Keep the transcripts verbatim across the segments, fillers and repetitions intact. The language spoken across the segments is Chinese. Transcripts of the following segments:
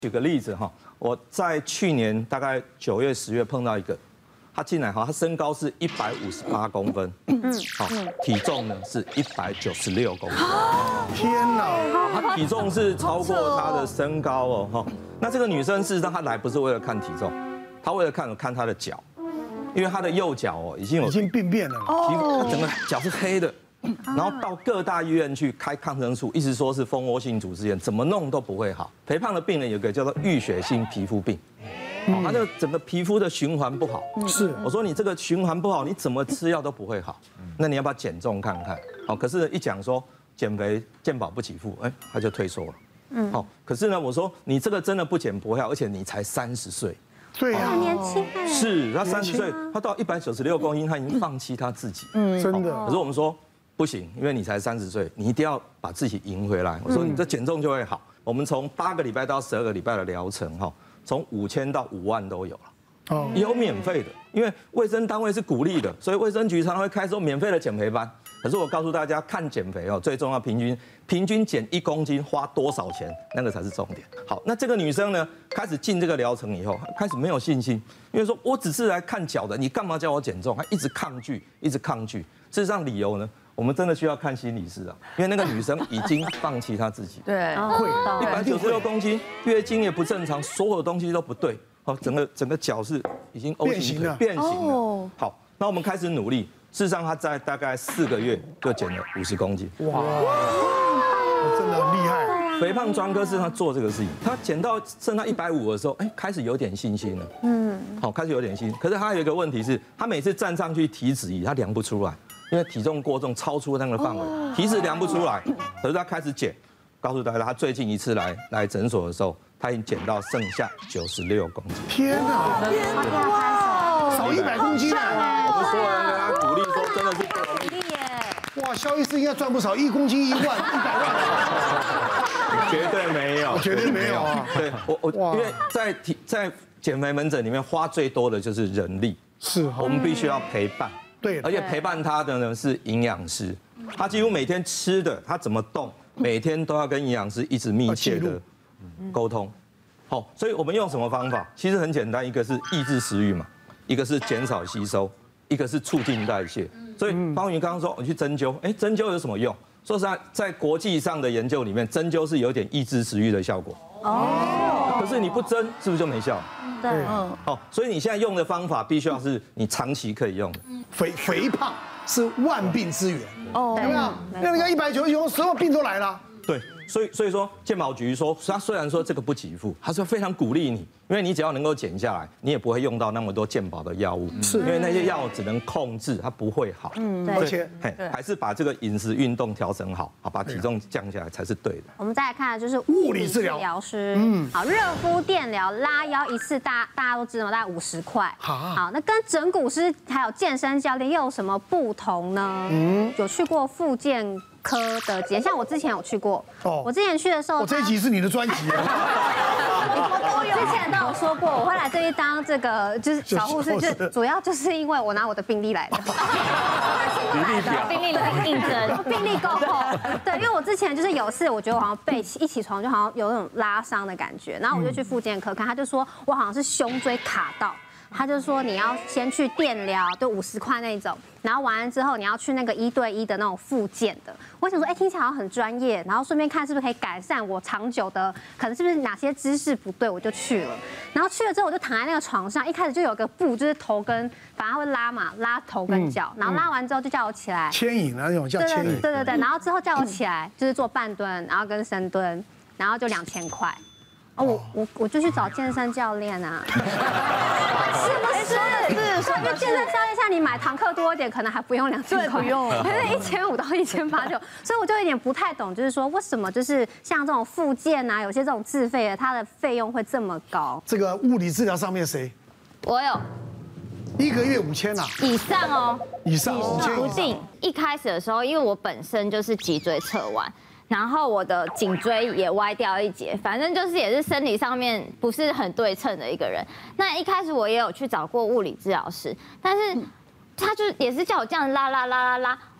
举个例子哈，我在去年大概九月、十月碰到一个，他进来哈，他身高是一百五十八公分，嗯，好，体重呢是一百九十六公分， 天哪， 他体重是超过他的身高哦哈。那这个女生事实上她来不是为了看体重，她为了看看她的脚，因为她的右脚哦已经有已经病变了， 皮肤整个脚是黑的。然后到各大医院去开抗生素，一直说是蜂窝性组织炎，怎么弄都不会好。肥胖的病人有个叫做淤血性皮肤病，哦，他这个整个皮肤的循环不好。 是， 我说你这个循环不好，你怎么吃药都不会好。那你要不要减重看看？好，可是一讲说减肥健保不给付，哎，他就退缩了。嗯，好，可是呢，我说你这个真的不减不会好，而且你才三十岁。 对呀， 年轻哎。 是，他三十岁，他到一百九十六公斤，他已经放弃他自己。 嗯，真的。 可是我们说。不行，因为你才三十岁，你一定要把自己赢回来。我说你这减重就会好。我们从八个礼拜到十二个礼拜的疗程，哈，从五千到五万都有了，哦，也有免费的，因为卫生单位是鼓励的，所以卫生局常常会开这种免费的减肥班。可是我告诉大家，看减肥哦，最重要平均平均减一公斤花多少钱，那个才是重点。好，那这个女生呢，开始进这个疗程以后，开始没有信心，因为说我只是来看脚的，你干嘛叫我减重？她一直抗拒，一直抗拒。事实上理由呢？我们真的需要看心理师啊，因为那个女生已经放弃她自己。 对， 会一百九十六公斤，月经也不正常，所有东西都不对，哦，整个整个脚是已经 O 型了，变形了。好，那我们开始努力。事实上，她在大概四个月就减了五十公斤。哇， 真的很厉害。 肥胖专科是他做这个事情，他减到剩到一百五的时候，哎，开始有点信心了。嗯，好，开始有点信心。可是他有一个问题是，他每次站上去体脂仪，他量不出来。因为体重过重，超出那个范围，体脂量不出来，可是他开始减。告诉大家，他最近一次来来诊所的时候，他已经减到剩下九十六公斤。 天哪！ 天哪！ 少一百公斤啊！ 我们所有人跟他鼓励说，真的是不容易耶！ 哇，肖医师应该赚不少，一公斤一万、一百万。绝对没有， 绝对没有啊！ 对我我，因为在体在减肥门诊里面花最多的就是人力， 是， 我们必须要陪伴。 对， 而且陪伴他的呢是营养师，他几乎每天吃的，他怎么动，每天都要跟营养师一直密切的沟通。好，所以我们用什么方法？其实很简单，一个是抑制食欲嘛，一个是减少吸收，一个是促进代谢。所以方云刚刚说我去针灸，哎，针灸有什么用？说实在，在国际上的研究里面，针灸是有点抑制食欲的效果。哦，可是你不针，是不是就没效？ 对，嗯， 好，所以你现在用的方法必须要是你长期可以用的。 肥肥胖是万病之源，哦，有没有？那人家一百九十九，所有病都来了。 对，所以所以说健保局说，他虽然说这个不给付，他说非常鼓励你，因为你只要能够减下来，你也不会用到那么多健保的药物，是因为那些药只能控制，它不会好。嗯， 而且还是把这个饮食运动调整好，好把体重降下来才是对的。 我们再来看的就是物理治疗师，嗯，好，热敷、电疗、拉腰一次大大家都知道吗？大概五十块。好，那跟整骨师还有健身教练又有什么不同呢？嗯，有去过复健科的节，像我之前有去过。哦，我之前去的时候， 我这一集是你的专辑。 我都有，之前都有说过，我会来这里当这个就是小护士，就主要就是因为我拿我的病历来的。 病历表， 病历来应征，病历够厚。对，因为我之前就是有次，我觉得我好像背一起床就好像有那种拉伤的感觉，然后我就去复健科看，他就说我好像是胸椎卡到。他就说你要先去电疗，就五十块那种，然后完了之后你要去那个一对一的那种复健的。我想说，哎，听起来好像很专业，然后顺便看是不是可以改善我长久的，可能是不是哪些姿势不对，我就去了。然后去了之后，我就躺在那个床上，一开始就有个布，就是头跟，反正会拉嘛，拉头跟脚，然后拉完之后就叫我起来， 牵引那种叫牵引， 对对对，然后之后叫我起来，就是做半蹲，然后跟深蹲，然后就两千块。哦，我我我就去找健身教练啊，是不是？是说，因为健身教练像你买堂课多一点，可能还不用两千块，不用，可是一千五到一千八就，所以我就有点不太懂，就是说为什么就是像这种复健啊，有些这种自费的，它的费用会这么高？ 这个物理治疗上面谁？ 我有。 一个月五千啊？ 以上哦， 以上五千。 途径一开始的时候，因为我本身就是脊椎侧弯。然后我的颈椎也歪掉一截，反正就是也是生理上面不是很对称的一个人。那一开始我也有去找过物理治疗师，但是他就也是叫我这样拉拉拉拉拉，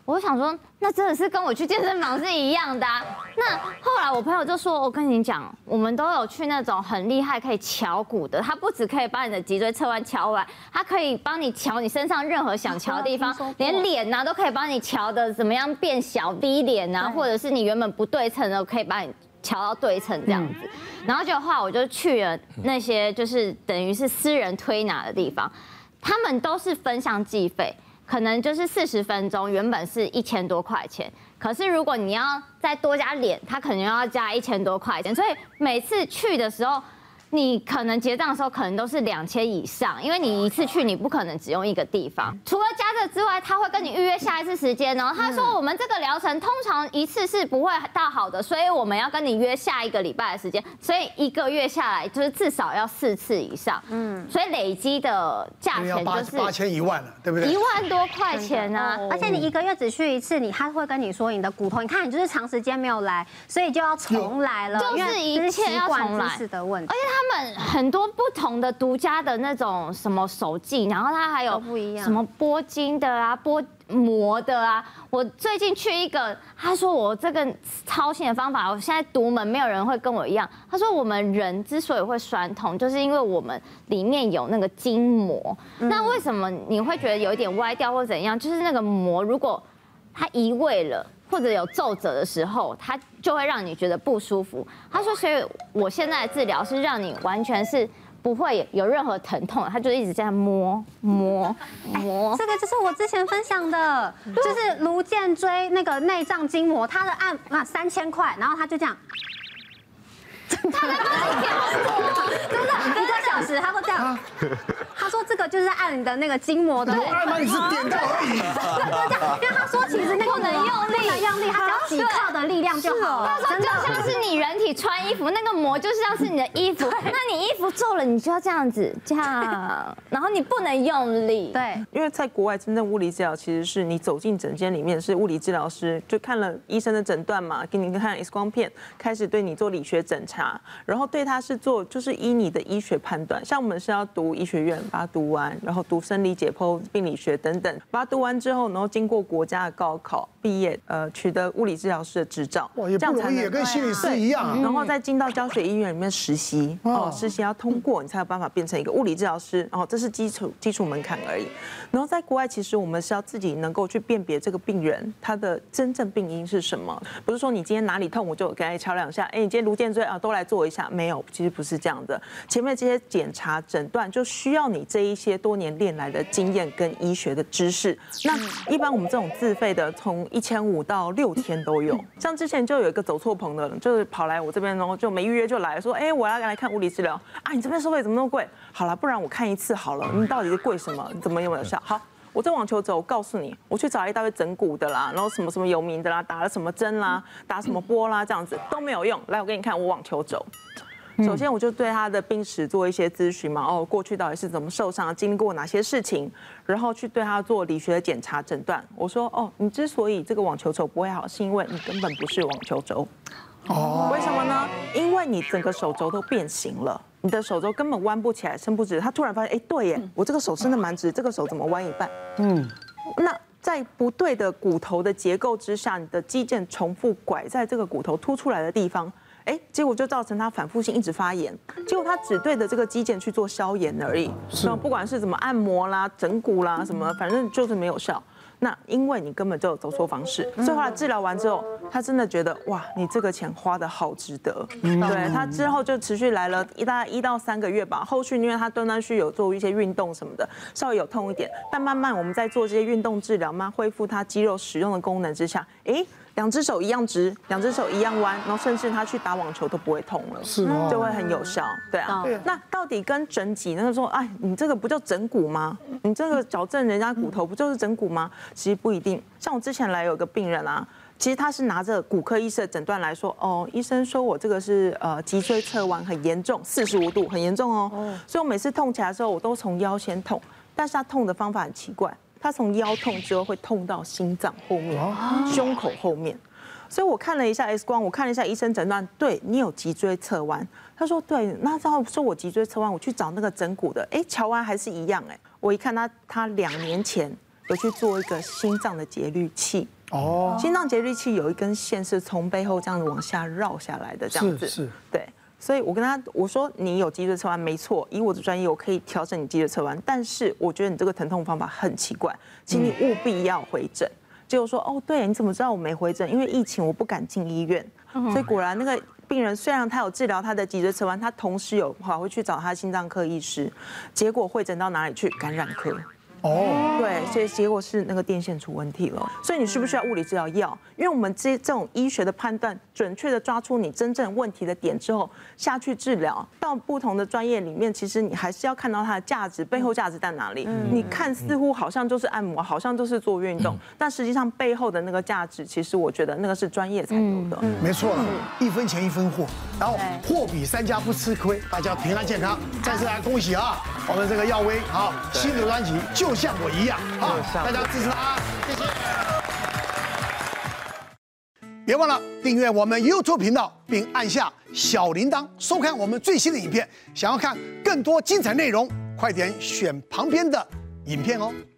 我想说，那真的是跟我去健身房是一样的啊。那后来我朋友就说，我跟你讲，我们都有去那种很厉害可以敲骨的，它不只可以把你的脊椎侧弯敲完，它可以帮你敲你身上任何想敲的地方，连脸呐都可以帮你敲的怎么样变小 V 脸啊，或者是你原本不对称的，可以把你调到对称这样子。然后就话我就去了那些就是等于是私人推拿的地方，他们都是分项计费。可能就是四十分钟，原本是一千多块钱，可是如果你要再多加脸，它可能要加一千多块钱，所以每次去的时候，你可能结账的时候可能都是两千以上，因为你一次去你不可能只用一个地方。除了加这之外，他会跟你预约下一次时间哦。他说我们这个疗程通常一次是不会到好的，所以我们要跟你约下一个礼拜的时间，所以一个月下来就是至少要四次以上。嗯，所以累积的价钱就是八千一万了，对不对？ 一万多块钱啊！ 而且你一个月只去一次，你他会跟你说你的骨头，你看你就是长时间没有来，所以就要重来了， 就是一切要重来的问题。 而且他们很多不同的独家的那种什么手技，然后他还有不一样， 什么拨筋的啊，拨膜的啊。我最近去一个，他说我这个超新的方法，我现在独门，没有人会跟我一样。他说我们人之所以会酸痛，就是因为我们里面有那个筋膜。嗯、那为什么你会觉得有一点歪掉或怎样？就是那个膜如果它移位了，或者有皱褶的时候，它就会让你觉得不舒服。他说，所以我现在的治疗是让你完全是不会有任何疼痛，他就一直这样摸摸摸。 这个就是我之前分享的，就是颅剑椎那个内脏筋膜，它的按啊三千块，然后他就这样。他在帮你调膜，真的一个小时，他会这样。他说这个就是在按你的那个筋膜的。 有按吗？你是点到而已。 对，就这样。因为他说其实那个不能用力， 不能用力，他只要几克的力量就好了。 他说就像是你人体穿衣服，那个膜就像是你的衣服，那你衣服皱了，你就要这样子这样，然后你不能用力。 对， 因为在国外真正物理治疗其实是你走进诊间里面，是物理治疗师就看了医生的诊断嘛，给你看 X 光片，开始对你做理学诊查。然后对他是做，就是依你的医学判断，像我们是要读医学院，把它读完，然后读生理解剖、病理学等等，把它读完之后，然后经过国家的高考毕业，呃，取得物理治疗师的执照， 哇，也不容易，也跟心理师一样。 然后再进到教学医院里面实习，哦，实习要通过，你才有办法变成一个物理治疗师，然后这是基础基础门槛而已。然后在国外，其实我们是要自己能够去辨别这个病人他的真正病因是什么，不是说你今天哪里痛我就给他敲两下，哎，你今天颅剑椎啊都来做一下。没有，其实不是这样的。前面这些检查诊断就需要你这一些多年练来的经验跟医学的知识。那一般我们这种自费的，从一千五到六天都有。像之前就有一个走错棚的人，就是跑来我这边，然后就没预约就来说，哎，我要来看物理治疗啊，你这边收费怎么那么贵？好了，不然我看一次好了，你到底是贵什么？你怎么有没有效？好。我在网球走，我告诉你，我去找一大堆整骨的啦，然后什么什么有名的啦，打了什么针啦，打什么波啦，这样子都没有用。来，我给你看我网球肘。首先我就对他的病史做一些咨询嘛，哦，过去到底是怎么受伤，经历过哪些事情，然后去对他做理学的检查诊断。我说，哦，你之所以这个网球肘不会好，是因为你根本不是网球肘。哦，为什么呢？因为你整个手肘都变形了。你的手肘根本弯不起来，伸不直。他突然发现，哎，对耶，我这个手伸得蛮直，这个手怎么弯一半？嗯，那在不对的骨头的结构之下，你的肌腱重复拐在这个骨头凸出来的地方，哎，结果就造成他反复性一直发炎。结果他只对着这个肌腱去做消炎而已，是，不管是怎么按摩啦、整骨啦什么，反正就是没有效。那因为你根本就有走错方式，所以后来治疗完之后，他真的觉得哇，你这个钱花的好值得。对，他之后就持续来了一大概一到三个月吧。后续因为他断断续有做一些运动什么的，稍微有痛一点，但慢慢我们在做这些运动治疗，慢慢恢复他肌肉使用的功能之下，哎。两只手一样直，两只手一样弯，然后甚至他去打网球都不会痛了， 是哦， 就会很有效，对啊。那到底跟整脊那个说，哎，你这个不就整骨吗？你这个矫正人家骨头不就是整骨吗？其实不一定。像我之前来有个病人啊，其实他是拿着骨科医师的诊断来说，哦，医生说我这个是呃脊椎侧弯很严重，四十五度很严重哦，所以我每次痛起来的时候，我都从腰先痛，但是他痛的方法很奇怪。他从腰痛之后会痛到心脏后面、胸口后面，所以我看了一下 X 光，我看了一下医生诊断，对你有脊椎侧弯。他说对，那他说我脊椎侧弯，我去找那个整骨的，哎，瞧完还是一样哎。我一看他，他两年前有去做一个心脏的节律器。哦，心脏节律器有一根线是从背后这样子往下绕下来的，这样子。 是是。 对，所以我跟他我说你有脊椎侧弯没错，以我的专业我可以调整你脊椎侧弯，但是我觉得你这个疼痛方法很奇怪，请你务必要回诊。结果说哦，对，你怎么知道我没回诊？因为疫情我不敢进医院，所以果然那个病人虽然他有治疗他的脊椎侧弯，他同时有跑回去找他的心脏科医师，结果会诊到哪里去？感染科。哦，对，所以结果是那个电线出问题了。所以你需不需要物理治疗？要，因为我们这这种医学的判断，准确的抓出你真正问题的点之后，下去治疗。到不同的专业里面，其实你还是要看到它的价值，背后价值在哪里。你看似乎好像就是按摩，好像就是做运动，但实际上背后的那个价值，其实我觉得那个是专业才有的。 没错了，一分钱一分货，然后货比三家不吃亏，大家平安健康。再次来恭喜啊，我们这个耀威好新的专辑就。就像我一样，好，大家支持他，谢谢。别忘了订阅我们 YouTube 频道，并按下小铃铛，收看我们最新的影片。想要看更多精彩内容，快点选旁边的影片哦。